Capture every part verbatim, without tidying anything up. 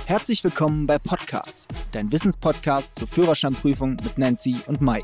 Herzlich willkommen bei Podcast, dein Wissenspodcast zur Führerscheinprüfung mit Nancy und Mike.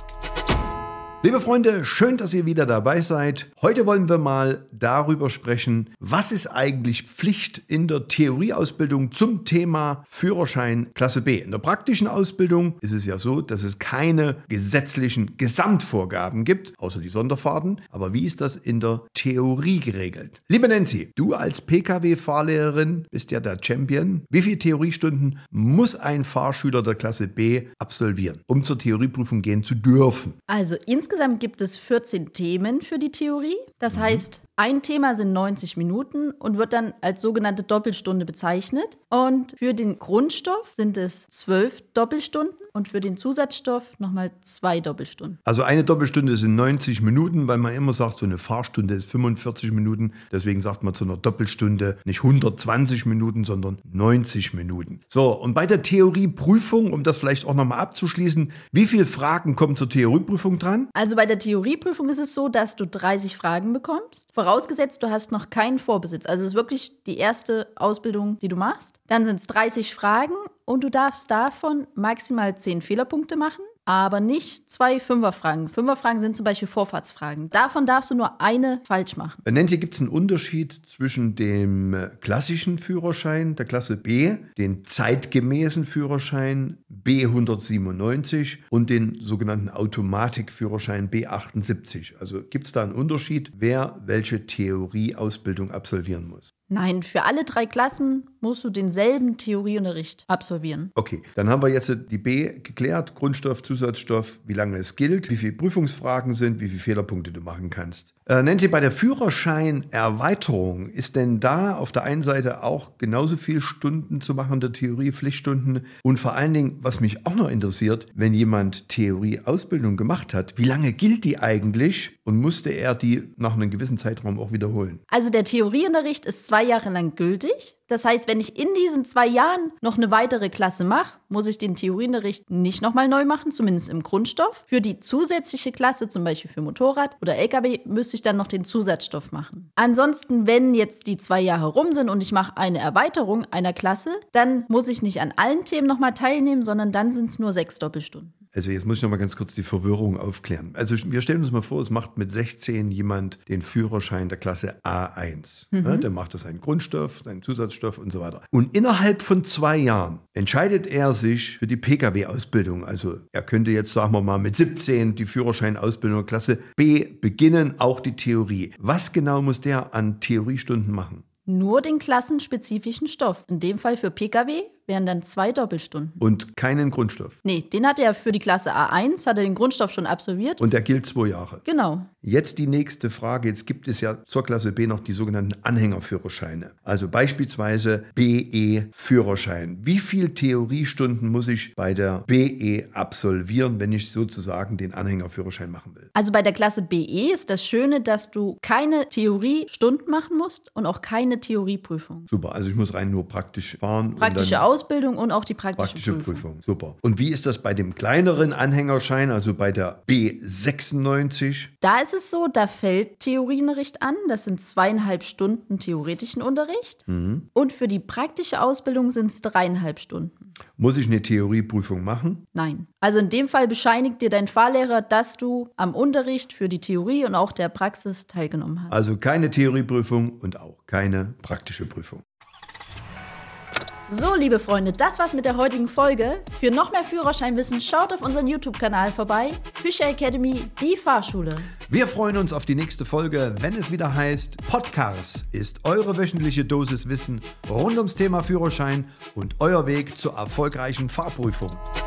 Liebe Freunde, schön, dass ihr wieder dabei seid. Heute wollen wir mal darüber sprechen, was ist eigentlich Pflicht in der Theorieausbildung zum Thema Führerschein Klasse B. In der praktischen Ausbildung ist es ja so, dass es keine gesetzlichen Gesamtvorgaben gibt, außer die Sonderfahrten. Aber wie ist das in der Theorie geregelt? Liebe Nancy, du als P K W-Fahrlehrerin bist ja der Champion. Wie viele Theoriestunden muss ein Fahrschüler der Klasse B absolvieren, um zur Theorieprüfung gehen zu dürfen? Also insgesamt Insgesamt gibt es vierzehn Themen für die Theorie. Das mhm. heißt, ein Thema sind neunzig Minuten und wird dann als sogenannte Doppelstunde bezeichnet. Und für den Grundstoff sind es zwölf Doppelstunden und für den Zusatzstoff nochmal zwei Doppelstunden. Also eine Doppelstunde sind neunzig Minuten, weil man immer sagt, so eine Fahrstunde ist fünfundvierzig Minuten. Deswegen sagt man zu einer Doppelstunde nicht hundertzwanzig Minuten, sondern neunzig Minuten. So, und bei der Theorieprüfung, um das vielleicht auch nochmal abzuschließen, wie viele Fragen kommen zur Theorieprüfung dran? Also bei der Theorieprüfung ist es so, dass du dreißig Fragen bekommst. Vorausgesetzt, du hast noch keinen Vorbesitz. Also es ist wirklich die erste Ausbildung, die du machst. Dann sind es dreißig Fragen und du darfst davon maximal zehn Fehlerpunkte machen, aber nicht zwei Fünferfragen. Fünferfragen sind zum Beispiel Vorfahrtsfragen. Davon darfst du nur eine falsch machen. Nancy, gibt es einen Unterschied zwischen dem klassischen Führerschein der Klasse B, den zeitgemäßen Führerschein B hundertsiebenundneunzig und den sogenannten Automatikführerschein B achtundsiebzig? Also gibt es da einen Unterschied, wer welche Theorieausbildung absolvieren muss? Nein, für alle drei Klassen musst du denselben Theorieunterricht absolvieren. Okay, dann haben wir jetzt die B geklärt, Grundstoff, Zusatzstoff, wie lange es gilt, wie viele Prüfungsfragen sind, wie viele Fehlerpunkte du machen kannst. Äh, Nancy, bei der Führerscheinerweiterung, ist denn da auf der einen Seite auch genauso viele Stunden zu machen, der Theorie, Pflichtstunden? Und vor allen Dingen, was mich auch noch interessiert, wenn jemand Theorieausbildung gemacht hat, wie lange gilt die eigentlich und musste er die nach einem gewissen Zeitraum auch wiederholen? Also der Theorieunterricht ist zwei Jahre lang gültig. Das heißt, wenn ich in diesen zwei Jahren noch eine weitere Klasse mache, muss ich den Theorieunterricht nicht nochmal neu machen, zumindest im Grundstoff. Für die zusätzliche Klasse, zum Beispiel für Motorrad oder L K W, müsste ich dann noch den Zusatzstoff machen. Ansonsten, wenn jetzt die zwei Jahre rum sind und ich mache eine Erweiterung einer Klasse, dann muss ich nicht an allen Themen nochmal teilnehmen, sondern dann sind es nur sechs Doppelstunden. Also jetzt muss ich noch mal ganz kurz die Verwirrung aufklären. Also wir stellen uns mal vor, es macht mit sechzehn jemand den Führerschein der Klasse A eins. Mhm. Ja, der macht das einen Grundstoff, einen Zusatzstoff und so weiter. Und innerhalb von zwei Jahren entscheidet er sich für die P K W-Ausbildung. Also er könnte jetzt, sagen wir mal, mit siebzehn die Führerscheinausbildung der Klasse B beginnen, auch die Theorie. Was genau muss der an Theoriestunden machen? Nur den klassenspezifischen Stoff. In dem Fall für P K W wären dann zwei Doppelstunden. Und keinen Grundstoff? Nee, den hat er für die Klasse A eins, hat er den Grundstoff schon absolviert. Und der gilt zwei Jahre? Genau. Jetzt die nächste Frage. Jetzt gibt es ja zur Klasse B noch die sogenannten Anhängerführerscheine. Also beispielsweise B E-Führerschein. Wie viele Theoriestunden muss ich bei der B E absolvieren, wenn ich sozusagen den Anhängerführerschein machen will? Also bei der Klasse B E ist das Schöne, dass du keine Theoriestunden machen musst und auch keine Theorieprüfung. Super, also ich muss rein nur praktisch fahren. Praktische und Ausbildung und auch die praktische, praktische Prüfung. Prüfung. Super. Und wie ist das bei dem kleineren Anhängerschein, also bei der B sechsundneunzig? Da ist es so, da fällt Theorieunterricht an. Das sind zweieinhalb Stunden theoretischen Unterricht. Mhm. Und für die praktische Ausbildung sind es dreieinhalb Stunden. Muss ich eine Theorieprüfung machen? Nein. Also in dem Fall bescheinigt dir dein Fahrlehrer, dass du am Unterricht für die Theorie und auch der Praxis teilgenommen hast. Also keine Theorieprüfung und auch keine praktische Prüfung. So, liebe Freunde, das war's mit der heutigen Folge. Für noch mehr Führerscheinwissen schaut auf unseren YouTube-Kanal vorbei. Fischer Academy, die Fahrschule. Wir freuen uns auf die nächste Folge, wenn es wieder heißt, Podcast ist eure wöchentliche Dosis Wissen rund ums Thema Führerschein und euer Weg zur erfolgreichen Fahrprüfung.